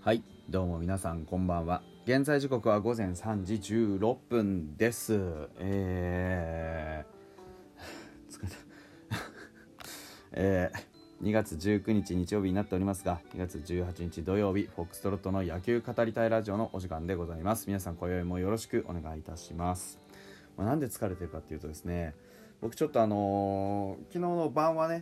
はい、どうも皆さんこんばんは。現在時刻は午前3時16分です。疲れた2月19日日曜日になっておりますが、2月18日土曜日、フォックストロットの野球語りたいラジオのお時間でございます。皆さん今宵もよろしくお願いいたします。なんで疲れてるかっていうとですね、僕ちょっと昨日の晩はね、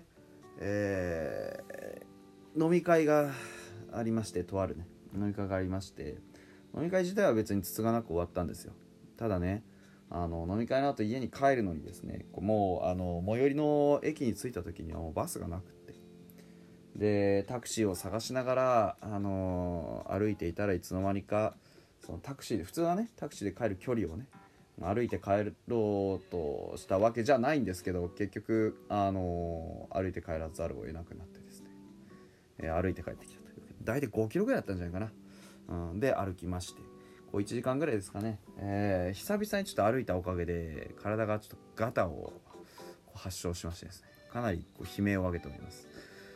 飲み会がありまして、とあるね飲み会がありまして、飲み会自体は別につつがなく終わったんですよ。ただね、飲み会の後家に帰るのにですね、もう最寄りの駅に着いた時にはもうバスがなくって、でタクシーを探しながら、歩いていたらいつの間にかそのタクシーで、普通はねタクシーで帰る距離をね歩いて帰ろうとしたわけじゃないんですけど、結局歩いて帰らざるを得なくなってですね、歩いて帰ってきたという。大体5キロぐらいだったんじゃないかな、で歩きまして、こう1時間ぐらいですかね、久々にちょっと歩いたおかげで体がちょっとガタを発症しましてですね、かなり悲鳴を上げております。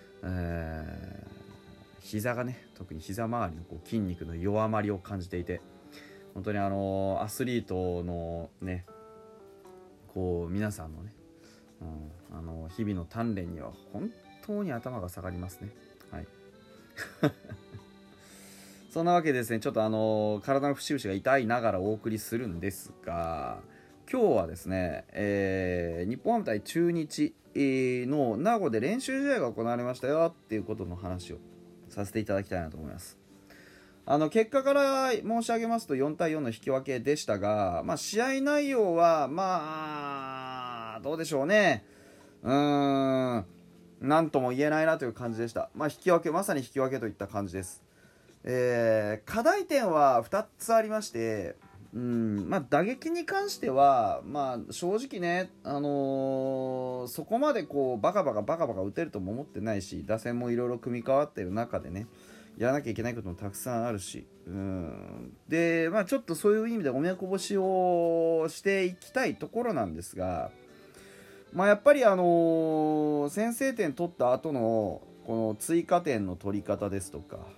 膝がね、特に膝周りの筋肉の弱まりを感じていて、本当にアスリートのね、皆さんのね、日々の鍛錬には本当に頭が下がりますね。はいそんなわけでですね、ちょっと体の節々が痛いながらお送りするんですが、今日はですね、日本ハム対中日の名護で練習試合が行われましたよっていうことの話をさせていただきたいなと思います。結果から申し上げますと4対4の引き分けでしたが、試合内容はどうでしょうね、なんとも言えないなという感じでした。引き分け、まさに引き分けといった感じです。課題点は2つありまして、打撃に関しては、正直ね、そこまでバカバカ打てるとも思ってないし、打線もいろいろ組み替わっている中でね、やらなきゃいけないこともたくさんあるし、で、ちょっとそういう意味でおみやこぼしをしていきたいところなんですが、やっぱり先制点取った後のこの追加点の取り方ですとか、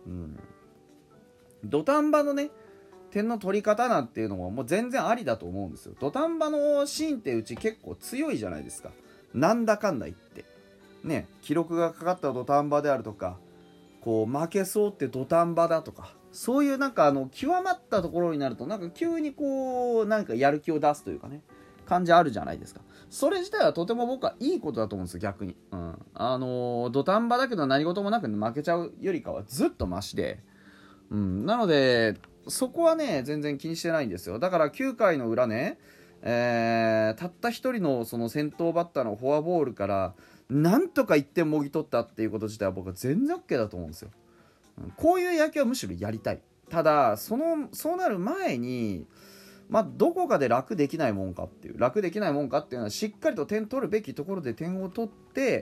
土壇場のね点の取り方なんていうのももう全然ありだと思うんですよ。土壇場のシーンってうち結構強いじゃないですか。なんだかんだ言ってね、記録がかかった土壇場であるとか、負けそうって土壇場だとか、そういう極まったところになると急にやる気を出すというかね、感じあるじゃないですか。それ自体はとても僕はいいことだと思うんですよ、逆に。土壇場だけど何事もなく負けちゃうよりかはずっとマシで、なのでそこはね全然気にしてないんですよ。だから9回の裏ね、たった一人のその先頭バッターのフォアボールからなんとか1点もぎ取ったっていうこと自体は僕は全然 OK だと思うんですよ。こういう野球はむしろやりたい。ただそうなる前にどこかで楽できないもんかっていうのは、しっかりと点取るべきところで点を取って、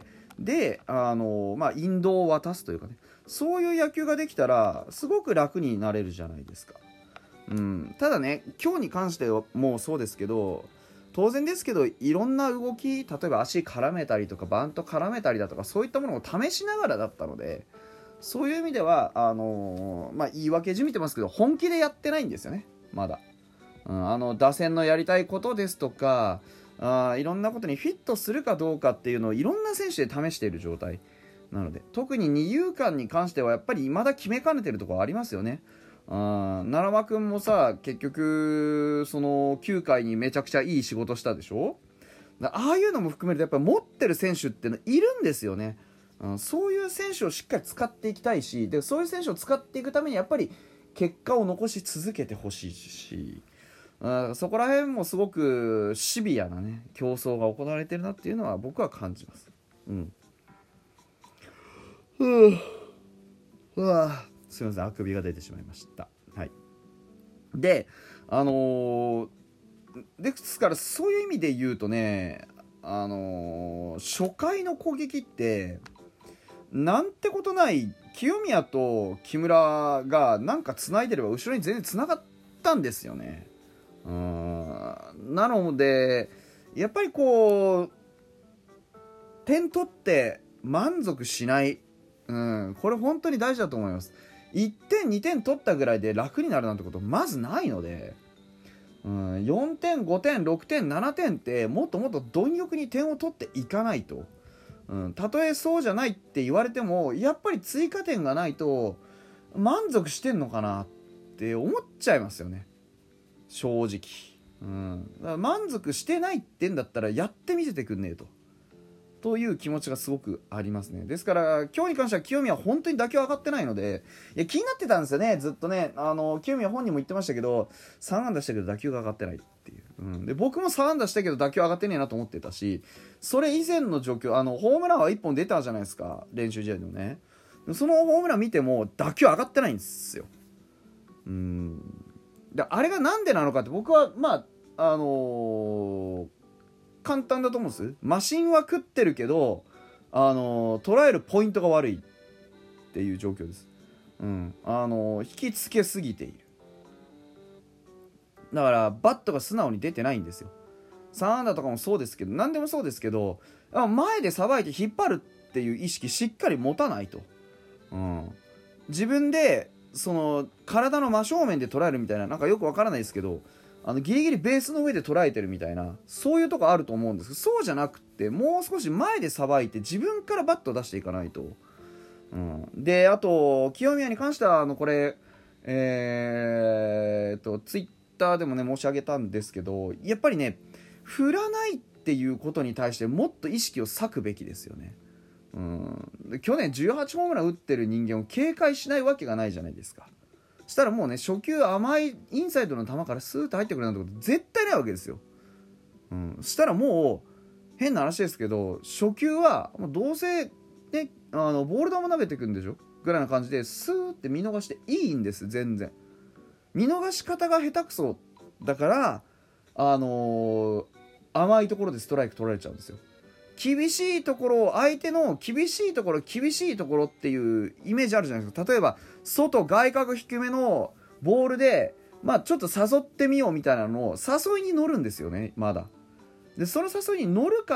で引導を渡すというかね、そういう野球ができたらすごく楽になれるじゃないですか。ただね、今日に関してはもうそうですけど、当然ですけどいろんな動き、例えば足絡めたりとかバント絡めたりだとか、そういったものを試しながらだったので、そういう意味では言い訳じみてますけど本気でやってないんですよね、まだ。打線のやりたいことですとか、いろんなことにフィットするかどうかっていうのをいろんな選手で試している状態なので、特に二遊間に関してはやっぱり未だ決めかねてるところありますよね。奈良間くんもさ、結局その9回にめちゃくちゃいい仕事したでしょ。ああいうのも含めるとやっぱり持ってる選手ってのいるんですよね。そういう選手をしっかり使っていきたいし、でそういう選手を使っていくためにやっぱり結果を残し続けてほしいし、そこら辺もすごくシビアなね競争が行われてるなっていうのは僕は感じます。すいません、あくびが出てしまいました。はい。でですからそういう意味で言うとね、初回の攻撃ってなんてことない、清宮と木村が繋いでれば後ろに全然繋がったんですよね。なのでやっぱり点取って満足しない、これ本当に大事だと思います。 1点2点取ったぐらいで楽になるなんてことまずないので、4点5点6点7点ってもっともっと貪欲に点を取っていかないと、たとえそうじゃないって言われてもやっぱり追加点がないと満足してんのかなって思っちゃいますよね、正直。だから満足してないってんだったらやってみせてくんねえという気持ちがすごくありますね。ですから今日に関しては清宮は本当に打球上がってないので、いや気になってたんですよね、ずっとね。清宮本人も言ってましたけど、3安打したけど打球が上がってないっていう、で僕も3安打したけど打球上がってねえなと思ってたし、それ以前の状況、ホームランは1本出たじゃないですか、練習試合でもね。そのホームラン見ても打球上がってないんですよ。であれがなんでなのかって、僕は簡単だと思うんです。マシンは食ってるけど捉えるポイントが悪いっていう状況です。引きつけすぎている。だからバットが素直に出てないんですよ。3安打とかもそうですけど、何でもそうですけど、前でさばいて引っ張るっていう意識しっかり持たないと、自分でその体の真正面で捉えるみたいな、なんかよくわからないですけど、ギリギリベースの上で捉えてるみたいな、そういうとこあると思うんですけど、そうじゃなくってもう少し前でさばいて自分からバットを出していかないと。であと清宮に関してはこれツイッターでもね申し上げたんですけど、やっぱりね振らないっていうことに対してもっと意識を割くべきですよね。で去年18ホームラン打ってる人間を警戒しないわけがないじゃないですか。したらもうね初球甘いインサイドの球からスーッと入ってくるなんてこと絶対ないわけですよ。したらもう変な話ですけど、初球はもうどうせねボール球投げてくんでしょぐらいな感じでスーって見逃していいんです。全然見逃し方が下手くそだから甘いところでストライク取られちゃうんですよ。厳しいところ、相手の厳しいところっていうイメージあるじゃないですか。例えば外角低めのボールでちょっと誘ってみようみたいなのを誘いに乗るんですよね。まだでその誘いに乗るから、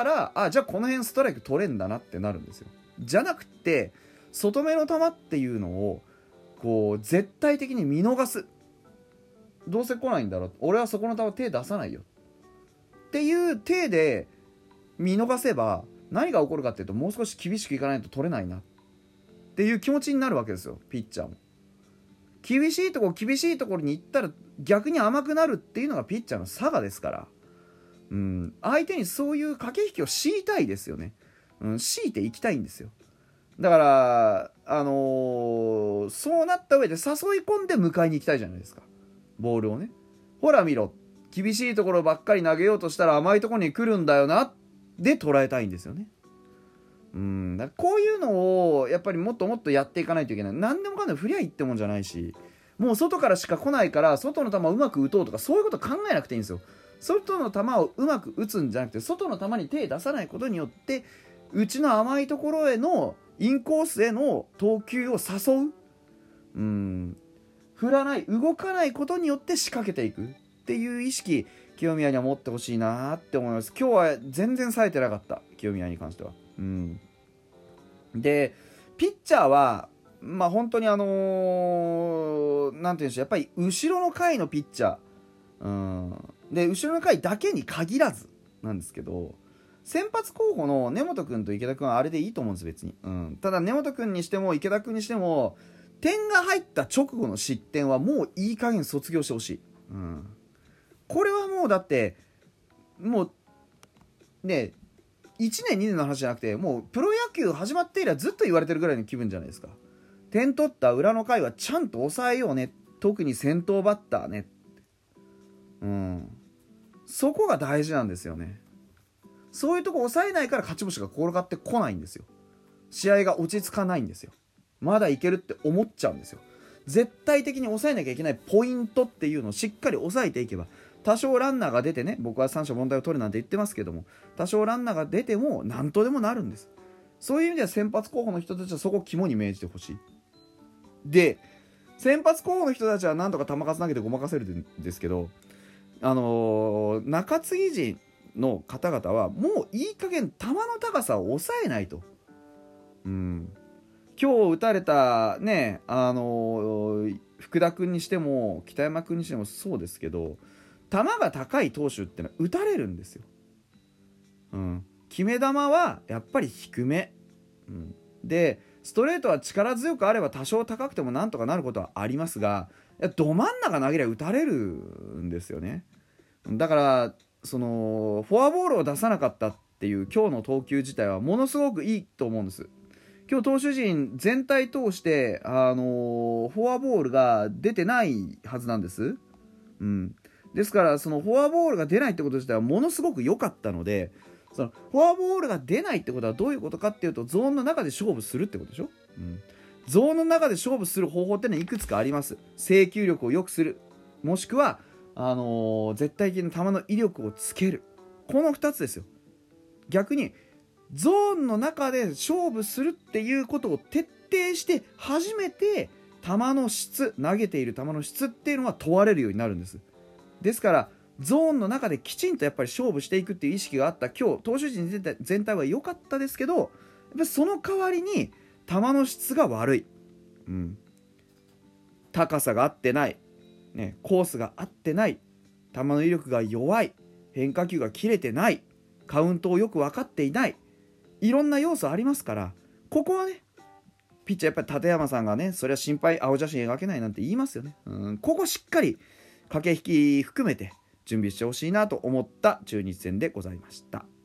じゃあこの辺ストライク取れんだなってなるんですよ。じゃなくって外目の球っていうのをこう絶対的に見逃す。どうせ来ないんだろう、俺はそこの球手出さないよっていう手で見逃せば何が起こるかっていうと、もう少し厳しくいかないと取れないなっていう気持ちになるわけですよ。ピッチャーも厳しいところに行ったら逆に甘くなるっていうのがピッチャーの差がですから、相手にそういう駆け引きを強いたいですよね。強いていきたいんですよ。だからそうなった上で誘い込んで迎えに行きたいじゃないですか、ボールをね。ほら見ろ、厳しいところばっかり投げようとしたら甘いところに来るんだよなで捉えたいんですよね。だからこういうのをやっぱりもっともっとやっていかないといけない。何でもかんでも振りゃいいってもんじゃないし、もう外からしか来ないから外の球をうまく打とうとかそういうこと考えなくていいんですよ。外の球をうまく打つんじゃなくて、外の球に手出さないことによって内の甘いところへのインコースへの投球を誘う、振らない動かないことによって仕掛けていくっていう意識、清宮には持ってほしいなって思います。今日は全然冴えてなかった、清宮に関しては。でピッチャーは本当になんていうんでしょう、やっぱり後ろの回のピッチャー、で後ろの回だけに限らずなんですけど、先発候補の根本君と池田君はあれでいいと思うんです別に、ただ根本君にしても池田君にしても点が入った直後の失点はもういい加減卒業してほしい、これはもうだってもうね1年2年の話じゃなくて、もうプロ野球始まって以来ずっと言われてるぐらいの気分じゃないですか。点取った裏の回はちゃんと抑えようね、特に先頭バッターね、そこが大事なんですよね。そういうとこ抑えないから勝ち星が転がってこないんですよ。試合が落ち着かないんですよ。まだいけるって思っちゃうんですよ。絶対的に抑えなきゃいけないポイントっていうのをしっかり抑えていけば、多少ランナーが出てね、僕は三者凡退を取るなんて言ってますけども、多少ランナーが出ても何とでもなるんです。そういう意味では先発候補の人たちはそこを肝に銘じてほしい。で先発候補の人たちはなんとか球数投げてごまかせるんですけど、中継ぎ陣の方々はもういい加減球の高さを抑えないと、 今日打たれたね福田君にしても北山君にしてもそうですけど、球が高い投手ってのは打たれるんですよ。決め球はやっぱり低め、でストレートは力強くあれば多少高くてもなんとかなることはありますが、ど真ん中投げりゃ打たれるんですよね。だからそのフォアボールを出さなかったっていう今日の投球自体はものすごくいいと思うんです。今日投手陣全体通してフォアボールが出てないはずなんです。ですからそのフォアボールが出ないってこと自体はものすごく良かったので、そのフォアボールが出ないってことはどういうことかっていうと、ゾーンの中で勝負するってことでしょ。ゾーンの中で勝負する方法ってのはいくつかあります。制球力を良くする、もしくは絶対的な球の威力をつける、この2つですよ。逆にゾーンの中で勝負するっていうことを徹底して初めて球の質、投げている球の質っていうのは問われるようになるんです。ですからゾーンの中できちんとやっぱり勝負していくっていう意識があった今日投手陣全体は良かったですけど、やっぱその代わりに球の質が悪い、高さが合ってない、コースが合ってない、球の威力が弱い、変化球が切れてない、カウントをよく分かっていない、いろんな要素ありますから、ここはねピッチャーやっぱり立山さんがね、それは心配、青写真描けないなんて言いますよね。ここしっかり駆け引き含めて準備してほしいなと思った中日戦でございました。